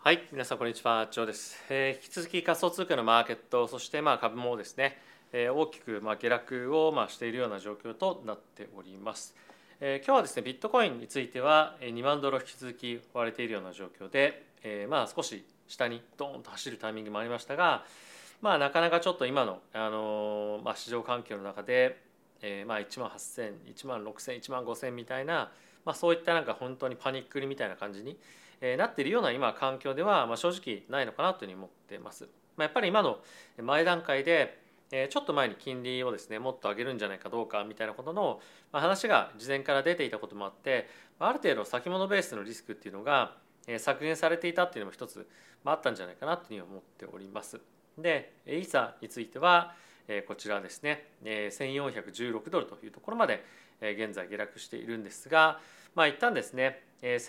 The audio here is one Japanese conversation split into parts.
はい、皆さんこんにちは、ジョーです。引き続き仮想通貨のマーケット、そして株もですね、大きく下落をしているような状況となっております。今日はですね、ビットコインについては2万ドル引き続き追われているような状況で、少し下にドーンと走るタイミングもありましたが、なかなかちょっと今の、市場環境の中で、1万8000、1万6000、1万5000みたいな、そういった本当にパニック売りみたいな感じになっているような今環境では正直ないのかなというふうに思っています。やっぱり今の前段階でちょっと前に金利をですねもっと上げるんじゃないかどうかみたいなことの話が事前から出ていたこともあって、ある程度先物ベースのリスクっていうのが削減されていたっていうのも一つあったんじゃないかなというふうに思っております。でイーサについてはこちらですね1416ドルというところまで現在下落しているんですが、一旦ですね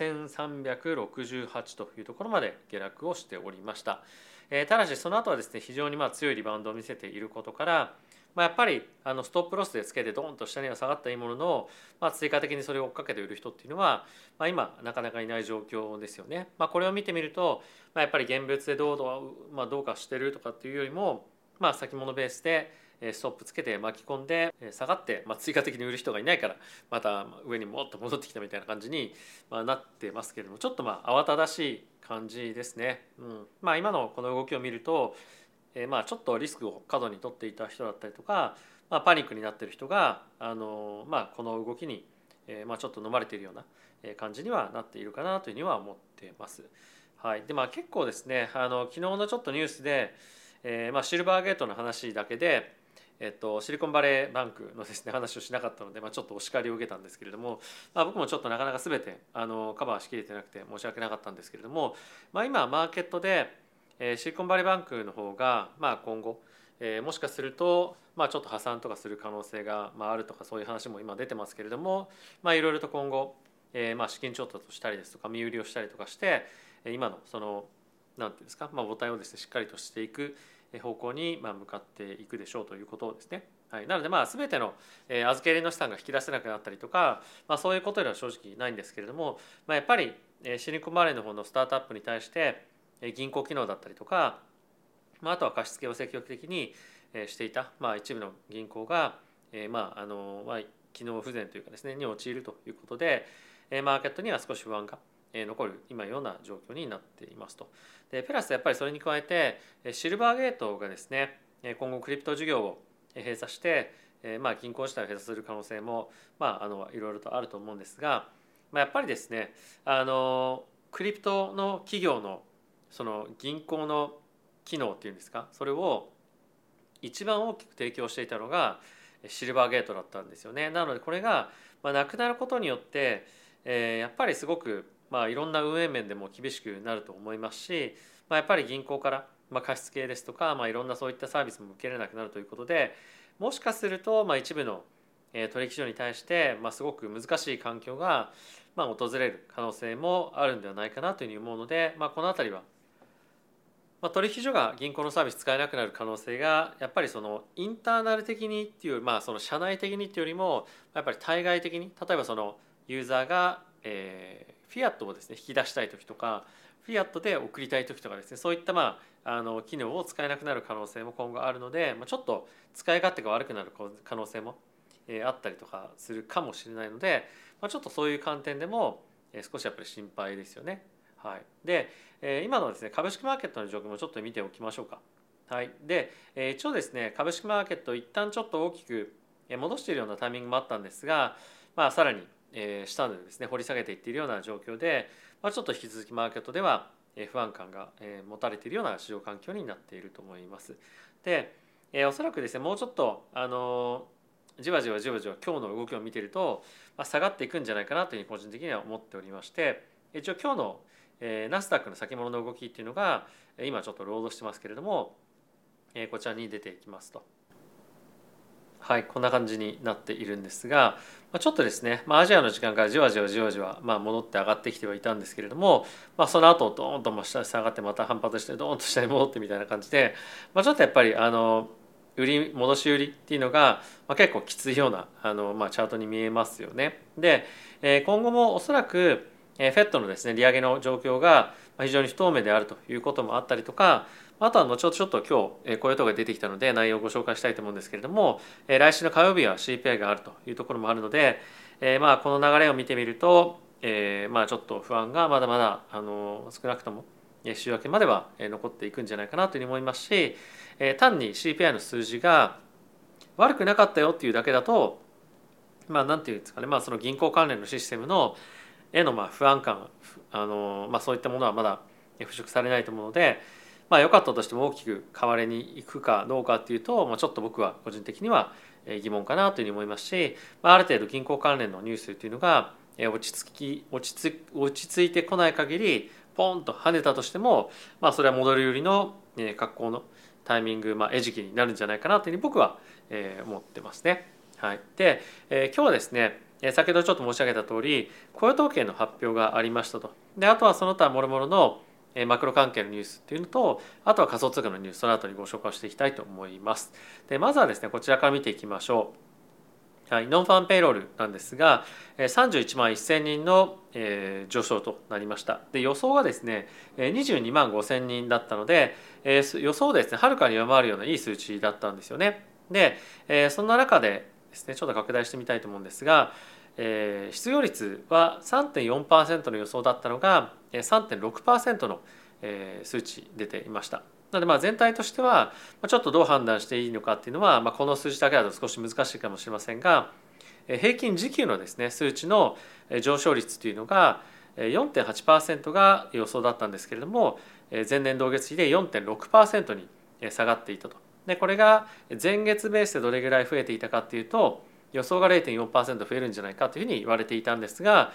1368というところまで下落をしておりました。ただしその後はですね非常に強いリバウンドを見せていることから、やっぱりストップロスでつけてドーンと下には下がったいいものの、追加的にそれを追っかけて売る人っていうのは、今なかなかいない状況ですよね。これを見てみると、やっぱり現物でどうかしてるとかっていうよりも、先物ベースでストップつけて巻き込んで下がって、追加的に売る人がいないからまた上にもっと戻ってきたみたいな感じになってますけれども、ちょっと慌ただしい感じですね。今のこの動きを見ると、ちょっとリスクを過度に取っていた人だったりとか、パニックになっている人がこの動きにちょっと飲まれているような感じにはなっているかなというふうには思っています。はい、で結構ですね昨日のちょっとニュースで、シルバーゲートの話だけでシリコンバレーバンクのですね話をしなかったので、ちょっとお叱りを受けたんですけれども、僕もちょっとなかなか全てカバーしきれてなくて申し訳なかったんですけれども、今マーケットでシリコンバレーバンクの方が今後もしかするとちょっと破産とかする可能性があるとか、そういう話も今出てますけれども、いろいろと今後資金調達をしたりですとか身売りをしたりとかして今のその何ていうんですか母体をですねしっかりとしていく方向に向かっていくでしょうということですね。はい、なので全ての預け入れの資産が引き出せなくなったりとか、そういうことでは正直ないんですけれども、やっぱりシリコンバレーの方のスタートアップに対して銀行機能だったりとか、あとは貸付を積極的にしていた、一部の銀行が機能不全というかですねに陥るということで、マーケットには少し不安が残る今ような状況になっていますと。でプラスやっぱりそれに加えてシルバーゲートがですね今後クリプト事業を閉鎖して銀行自体を閉鎖する可能性もいろいろとあると思うんですが、やっぱりですねクリプトの企業のその銀行の機能っていうんですか、それを一番大きく提供していたのがシルバーゲートだったんですよね。なのでこれがなくなることによってやっぱりすごくいろんな運営面でも厳しくなると思いますし、やっぱり銀行から貸付ですとかいろんなそういったサービスも受けれなくなるということで、もしかすると一部の取引所に対してすごく難しい環境が訪れる可能性もあるんではないかなというふうに思うので、この辺りは取引所が銀行のサービス使えなくなる可能性がやっぱりそのインターナル的にっていうその社内的にっていうよりもやっぱり対外的に、例えばそのユーザーがフィアットをですね引き出したい時とかフィアットで送りたい時とかですね、そういった機能を使えなくなる可能性も今後あるので、ちょっと使い勝手が悪くなる可能性もあったりとかするかもしれないので、ちょっとそういう観点でも少しやっぱり心配ですよね。はい、で今のですね株式マーケットの状況もちょっと見ておきましょうか。はい、で一応ですね株式マーケット一旦ちょっと大きく戻しているようなタイミングもあったんですが、さらに下でですね掘り下げていっているような状況で、ちょっと引き続きマーケットでは不安感が持たれているような市場環境になっていると思います。でおそらくですねもうちょっとじわじわ今日の動きを見ていると下がっていくんじゃないかなというふうに個人的には思っておりまして、一応今日のナスダックの先物の動きっていうのが今ちょっとロードしてますけれども、こちらに出ていきますと、はい、こんな感じになっているんですが、ちょっとですね、アジアの時間からじわじわ戻って上がってきてはいたんですけれども、その後ドーンと下に下がってまた反発してドーンと下に戻ってみたいな感じで、ちょっとやっぱり戻し売りっていうのが結構きついようなチャートに見えますよね。で今後もおそらくFEDのですね利上げの状況が非常に不透明であるということもあったりとか、あとは後ほどちょっと今日こういうところが出てきたので内容をご紹介したいと思うんですけれども、来週の火曜日は CPI があるというところもあるので、この流れを見てみると、ちょっと不安がまだまだ少なくとも週明けまでは残っていくんじゃないかなというふうに思いますし、単に CPI の数字が悪くなかったよっていうだけだと、なんていうんですかね、その銀行関連のシステムのへの不安感、そういったものはまだ払拭されないと思うので、良かったとしても大きく変わりにいくかどうかっていうと、ちょっと僕は個人的には疑問かなというふうに思いますし、ある程度銀行関連のニュースっていうのが落ち着いてこない限りポンと跳ねたとしても、それは戻り売りの格好のタイミング、餌食になるんじゃないかなというふうに僕は思ってますね。はい、で、今日はですね、先ほどちょっと申し上げた通り雇用統計の発表がありましたと。であとはその他もろもろのマクロ関係のニュースっていうのと、あとは仮想通貨のニュース、その後にご紹介していきたいと思います。でまずはですね、こちらから見ていきましょう。はい、ノンファンペイロールなんですが、31万1000人の上昇となりました。で予想がですね、22万5000人だったので、予想をですねはるかに上回るようないい数値だったんですよね。でそんな中でですね、ちょっと拡大してみたいと思うんですが、失業率は 3.4% の予想だったのが 3.6% の数値出ていました。なので全体としてはちょっとどう判断していいのかっていうのは、この数字だけだと少し難しいかもしれませんが、平均時給のですね数値の上昇率というのが 4.8% が予想だったんですけれども、前年同月比で 4.6% に下がっていたと。でこれが前月ベースでどれぐらい増えていたかっていうと、予想が 0.4% 増えるんじゃないかというふうに言われていたんですが、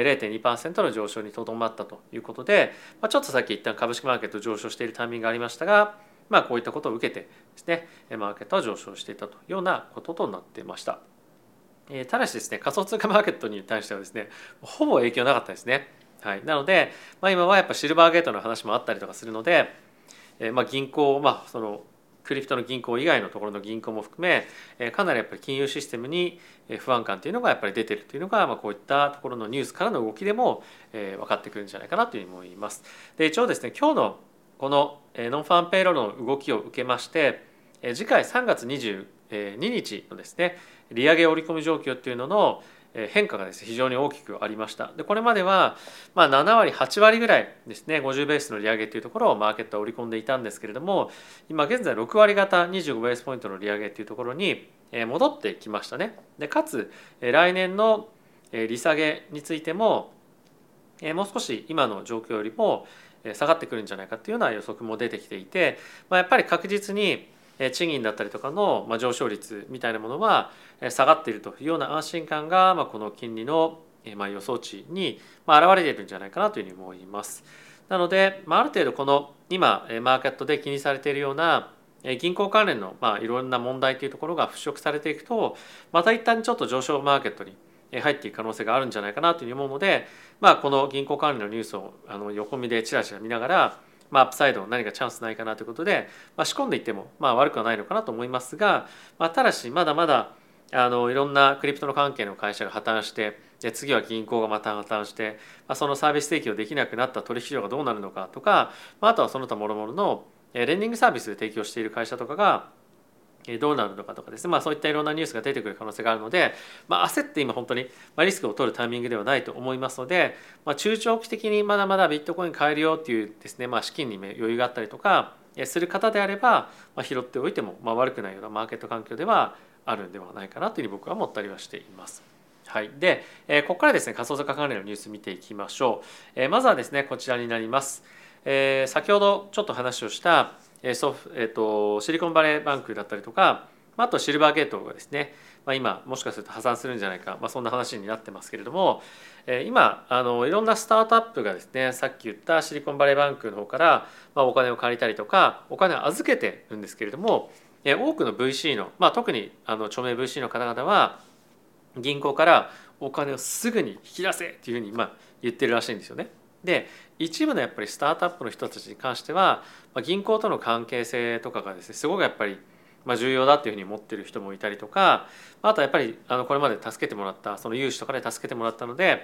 0.2% の上昇にとどまったということで、ちょっとさっき一旦株式マーケット上昇しているタイミングがありましたが、こういったことを受けてですねマーケットは上昇していたというようなこととなっていました。ただしですね、仮想通貨マーケットに対してはですねほぼ影響なかったですね。はい、なので、今はやっぱシルバーゲートの話もあったりとかするので、銀行、そのクリプトの銀行以外のところの銀行も含め、かなりやっぱり金融システムに不安感というのがやっぱり出てるというのが、こういったところのニュースからの動きでも分かってくるんじゃないかなというふうに思います。で一応ですね、今日のこのノンファンペイロールの動きを受けまして、次回3月22日のですね利上げ織り込み状況っていうのの変化がですね非常に大きくありました。でこれまでは7割8割ぐらいですね50ベースの利上げというところをマーケットは織り込んでいたんですけれども、今現在6割方25ベースポイントの利上げというところに戻ってきましたね。でかつ来年の利下げについてももう少し今の状況よりも下がってくるんじゃないかというような予測も出てきていて、やっぱり確実に賃金だったりとかの上昇率みたいなものは下がっているというような安心感がこの金利の予想値に現れているんじゃないかなというふうに思います。なのである程度この今マーケットで気にされているような銀行関連のいろんな問題というところが払拭されていくと、また一旦ちょっと上昇マーケットに入っていく可能性があるんじゃないかなというふうに思うので、この銀行関連のニュースを横見でチラチラ見ながらアップサイド何かチャンスないかなということで、仕込んでいっても悪くはないのかなと思いますが、ただしまだまだいろんなクリプトの関係の会社が破綻して、次は銀行がまた破綻して、そのサービス提供できなくなった取引所がどうなるのかとか、あとはその他諸々のレンディングサービスで提供している会社とかがどうなるのかとかですね、そういったいろんなニュースが出てくる可能性があるので、焦って今本当にリスクを取るタイミングではないと思いますので、中長期的にまだまだビットコイン買えるよっていうですね、資金に余裕があったりとかする方であれば、拾っておいても悪くないようなマーケット環境ではあるんではないかなというふうに僕は思ったりはしています。はい、でここからですね仮想通貨関連のニュース見ていきましょう。まずはですねこちらになります。先ほどちょっと話をしたシリコンバレーバンクだったりとか、あとシルバーゲートがですね、今もしかすると破産するんじゃないか、そんな話になってますけれども、今いろんなスタートアップがですね、さっき言ったシリコンバレーバンクの方からお金を借りたりとかお金を預けてるんですけれども、多くの VC の、特に著名 VC の方々は銀行からお金をすぐに引き出せっていうふうに言ってるらしいんですよね。で一部のやっぱりスタートアップの人たちに関しては、銀行との関係性とかがですねすごくやっぱり重要だっていうふうに思ってる人もいたりとか、あとはやっぱりこれまで助けてもらったその融資とかで助けてもらったので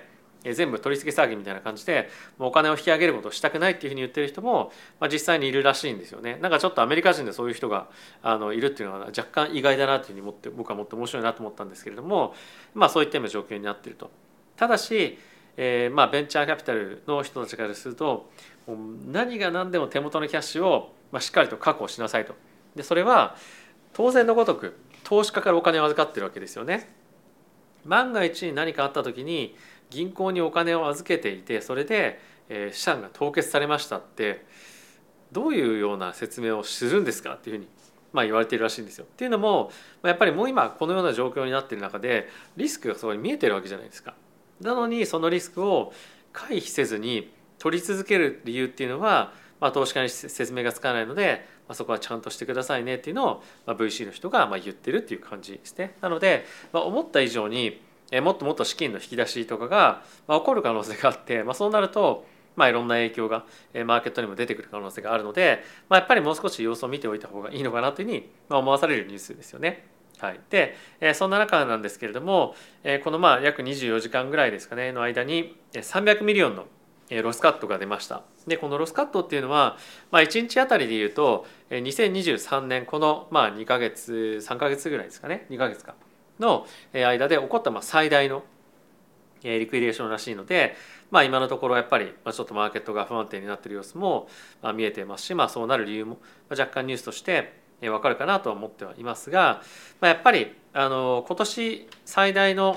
全部取り付け騒ぎみたいな感じでもうお金を引き上げることをしたくないっていうふうに言ってる人も、実際にいるらしいんですよね。なんかちょっとアメリカ人でそういう人がいるっていうのは若干意外だなというふうに僕はもっと面白いなと思ったんですけれども、そういったような状況になっていると。ただし、ベンチャーキャピタルの人たちからするともう何が何でも手元のキャッシュをしっかりと確保しなさいと。でそれは当然のごとく投資家からお金を預かってるわけですよね。万が一何かあった時に銀行にお金を預けていてそれで資産が凍結されましたってどういうような説明をするんですかっていうふうに言われているらしいんですよ。っていうのもやっぱりもう今このような状況になっている中でリスクがそこに見えてるわけじゃないですか。なのにそのリスクを回避せずに取り続ける理由っていうのは、投資家に説明がつかないので、そこはちゃんとしてくださいねっていうのを、VC の人が言ってるっていう感じですね。なので、思った以上にもっともっと資金の引き出しとかが起こる可能性があって、そうなるといろんな影響がマーケットにも出てくる可能性があるので、やっぱりもう少し様子を見ておいた方がいいのかなというふうに思わされるニュースですよね。はい、でそんな中なんですけれどもこの約24時間ぐらいですかねの間に300ミリオンのロスカットが出ました。でこのロスカットっていうのは、1日あたりでいうと2023年この2ヶ月3ヶ月ぐらいですかね2ヶ月かの間で起こった最大のリクイデーションらしいので、今のところやっぱりちょっとマーケットが不安定になっている様子も見えていますし、そうなる理由も若干ニュースとして分かるかなとは思ってはいますが、やっぱり今年最大の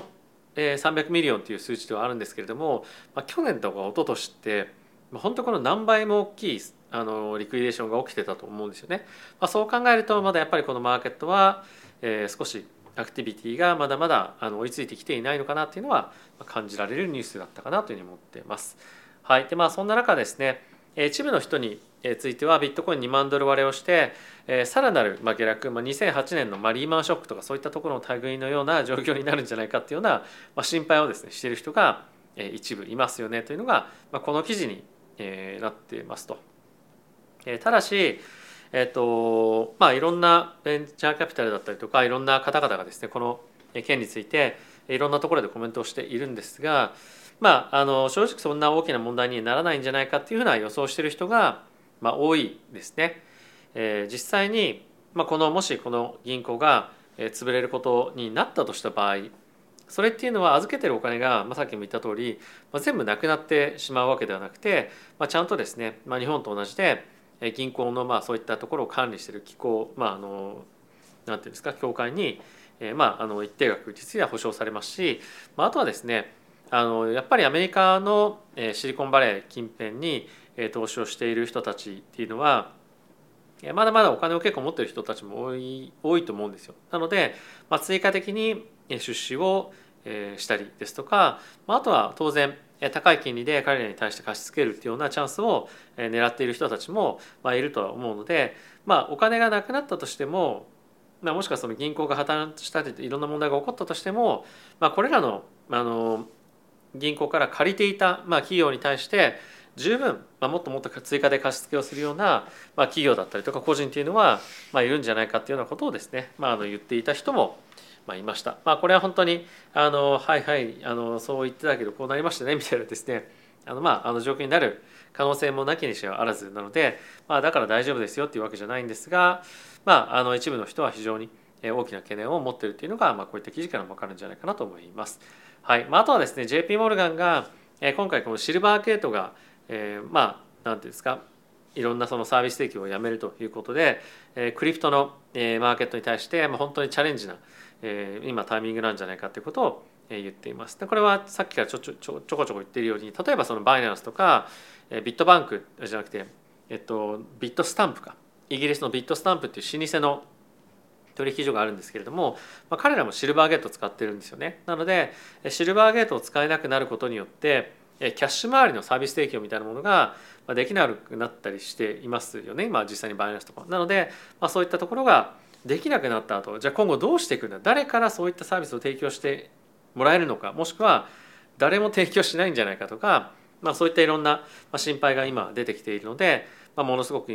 300ミリオンという数値ではあるんですけれども、去年とか一昨年って本当この何倍も大きいリクイデーションが起きてたと思うんですよね。そう考えるとまだやっぱりこのマーケットは少しアクティビティがまだまだ追いついてきていないのかなっていうのは感じられるニュースだったかなというふうに思っています。はい、でそんな中ですね一部の人についてはビットコイン2万ドル割れをしてさらなる下落、2008年のリーマンショックとかそういったところの類のような状況になるんじゃないかっていうような心配をですねしている人が一部いますよねというのがこの記事になっていますと。ただしいろんなベンチャーキャピタルだったりとかいろんな方々がですねこの件についていろんなところでコメントをしているんですが、正直そんな大きな問題にならないんじゃないかっていうふうな予想をしている人が多いですね。実際にもしこの銀行が潰れることになったとした場合それっていうのは預けてるお金が、さっきも言った通り、全部なくなってしまうわけではなくて、ちゃんとですね、日本と同じで銀行のそういったところを管理している機構、なんていうんですか協会に、一定額実は保証されますし、あとはですねやっぱりアメリカのシリコンバレー近辺に投資をしている人たちっていうのはまだまだお金を結構持っている人たちも多いと思うんですよ。なので、追加的に出資をしたりですとか、あとは当然高い金利で彼らに対して貸し付けるっていうようなチャンスを狙っている人たちもいるとは思うので、お金がなくなったとしても、もしくはその銀行が破綻したりいろんな問題が起こったとしても、これらの銀行から借りていた企業に対して十分もっともっと追加で貸し付けをするような企業だったりとか個人っていうのはいるんじゃないかっていうようなことをですね言っていた人もいました。これは本当にはいはいそう言ってたけどこうなりましたねみたいなですね状況になる可能性もなきにしはあらずなので、だから大丈夫ですよっていうわけじゃないんですが、一部の人は非常に大きな懸念を持っているというのが、こういった記事からも分かるんじゃないかなと思います。はい、あとはですね JP モルガンが今回このシルバーゲートがなんていうんですかいろんなそのサービス提供をやめるということでクリプトのマーケットに対して本当にチャレンジな今タイミングなんじゃないかということを言っています。でこれはさっきからちょこちょこ言っているように例えばそのバイナンスとかビットバンクじゃなくてビットスタンプかイギリスのビットスタンプっていう老舗の取引所があるんですけれども、彼らもシルバーゲートを使ってるんですよね。なのでシルバーゲートを使えなくなることによってキャッシュ周りのサービス提供みたいなものができなくなったりしていますよね今実際にバイナンスとか。なので、そういったところができなくなった後じゃあ今後どうしていくんだ誰からそういったサービスを提供してもらえるのかもしくは誰も提供しないんじゃないかとか、そういったいろんな心配が今出てきているので、ものすごく今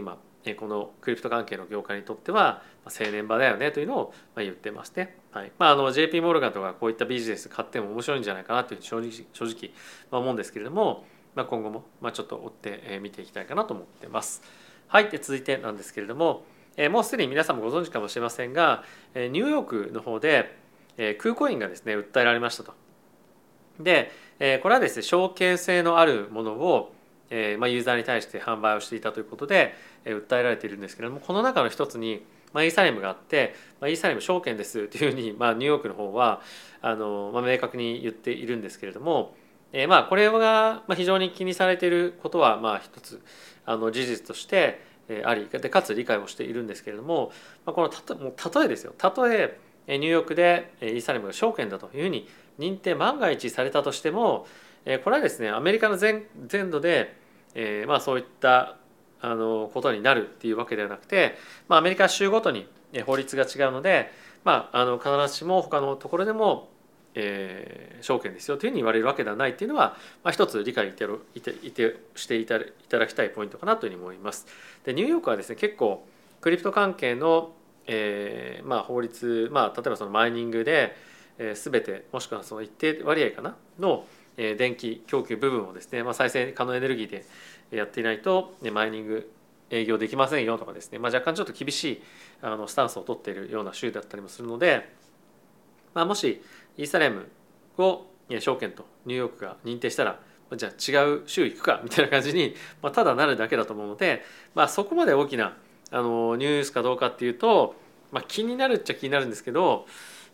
このクリプト関係の業界にとっては正念場だよねというのを言ってますね。はい、JP モルガンとかこういったビジネス買っても面白いんじゃないかなというふうに正直思うんですけれども、今後もちょっと追って見ていきたいかなと思ってます。はい、で続いてなんですけれども、もうすでに皆さんもご存知かもしれませんが、ニューヨークの方で空コインがですね訴えられましたと。でこれはですね証券性のあるものをユーザーに対して販売をしていたということで訴えられているんですけれども、この中の一つにイーサリアムがあって、イーサリアム証券ですというふうにニューヨークの方は明確に言っているんですけれども、これが非常に気にされていることは一つ事実としてありで、かつ理解をしているんですけれども、この例えですよ、例えニューヨークでイーサリアムが証券だというふうに認定万が一されたとしても、これはですねアメリカの全土でそういったことになるっていうわけではなくて、アメリカ州ごとに法律が違うので、必ずしも他のところでも証券ですよというふうに言われるわけではないっていうのは、一つ理解していただきたいポイントかなというふうに思います。でニューヨークはですね結構クリプト関係の法律、例えばそのマイニングで全てもしくはその一定割合かなの電気供給部分をですね、再生可能エネルギーでやっていないとマイニング営業できませんよとかですね、若干ちょっと厳しいスタンスを取っているような州だったりもするので、もしイーサリアムを証券とニューヨークが認定したらじゃあ違う州行くかみたいな感じにただなるだけだと思うので、そこまで大きなニュースかどうかっていうと、気になるっちゃ気になるんですけど、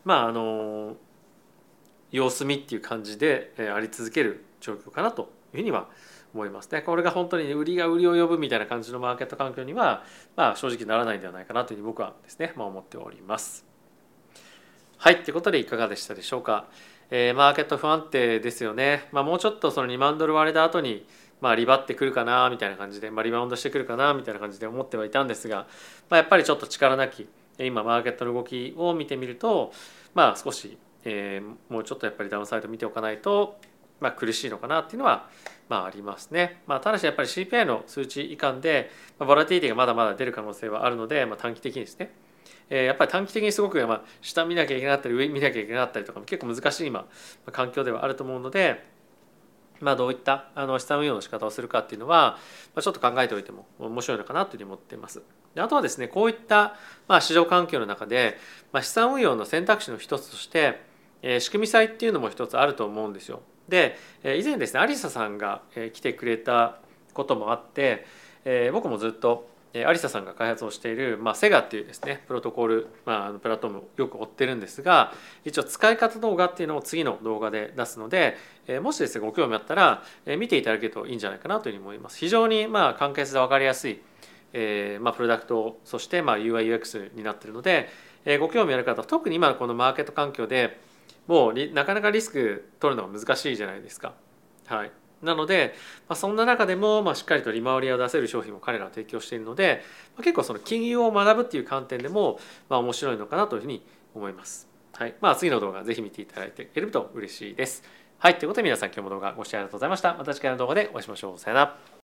様子見っていう感じであり続ける状況かなというふうには思いますね。これが本当に売りが売りを呼ぶみたいな感じのマーケット環境には正直ならないんではないかなというふうに僕はですね思っております。はい、ということでいかがでしたでしょうか。マーケット不安定ですよね。もうちょっとその2万ドル割れた後にリバってくるかなみたいな感じで、リバウンドしてくるかなみたいな感じで思ってはいたんですが、やっぱりちょっと力なき今マーケットの動きを見てみると、少しもうちょっとやっぱりダウンサイド見ておかないと、苦しいのかなっていうのはありますね。ただしやっぱり CPI の数値以下で、ボラティリティがまだまだ出る可能性はあるので、短期的にですね、やっぱり短期的にすごく下見なきゃいけなかったり上見なきゃいけなかったりとかも結構難しい今環境ではあると思うので、どういった資産運用の仕方をするかっていうのはちょっと考えておいても面白いのかなというふうに思っています。であとはですねこういった市場環境の中で資産運用の選択肢の一つとして仕組み債っていうのも一つあると思うんですよ。で以前ですねアリサさんが来てくれたこともあって僕もずっとアリサさんが開発をしている、セガっていうですねプロトコール、プラットフォームをよく追ってるんですが、一応使い方動画っていうのを次の動画で出すので、もしですねご興味あったら見ていただけるといいんじゃないかなというふうに思います。非常に簡潔で分かりやすいプロダクトそしてUI/UX になっているので、ご興味ある方は特に今のこのマーケット環境でもうなかなかリスク取るのが難しいじゃないですか。はい、なので、そんな中でもしっかりと利回りを出せる商品も彼らは提供しているので、結構その金融を学ぶっていう観点でも面白いのかなというふうに思います。はい、次の動画ぜひ見ていただいていけると嬉しいです。はい、ということで皆さん今日も動画ご視聴ありがとうございました。また次回の動画でお会いしましょう。さよなら。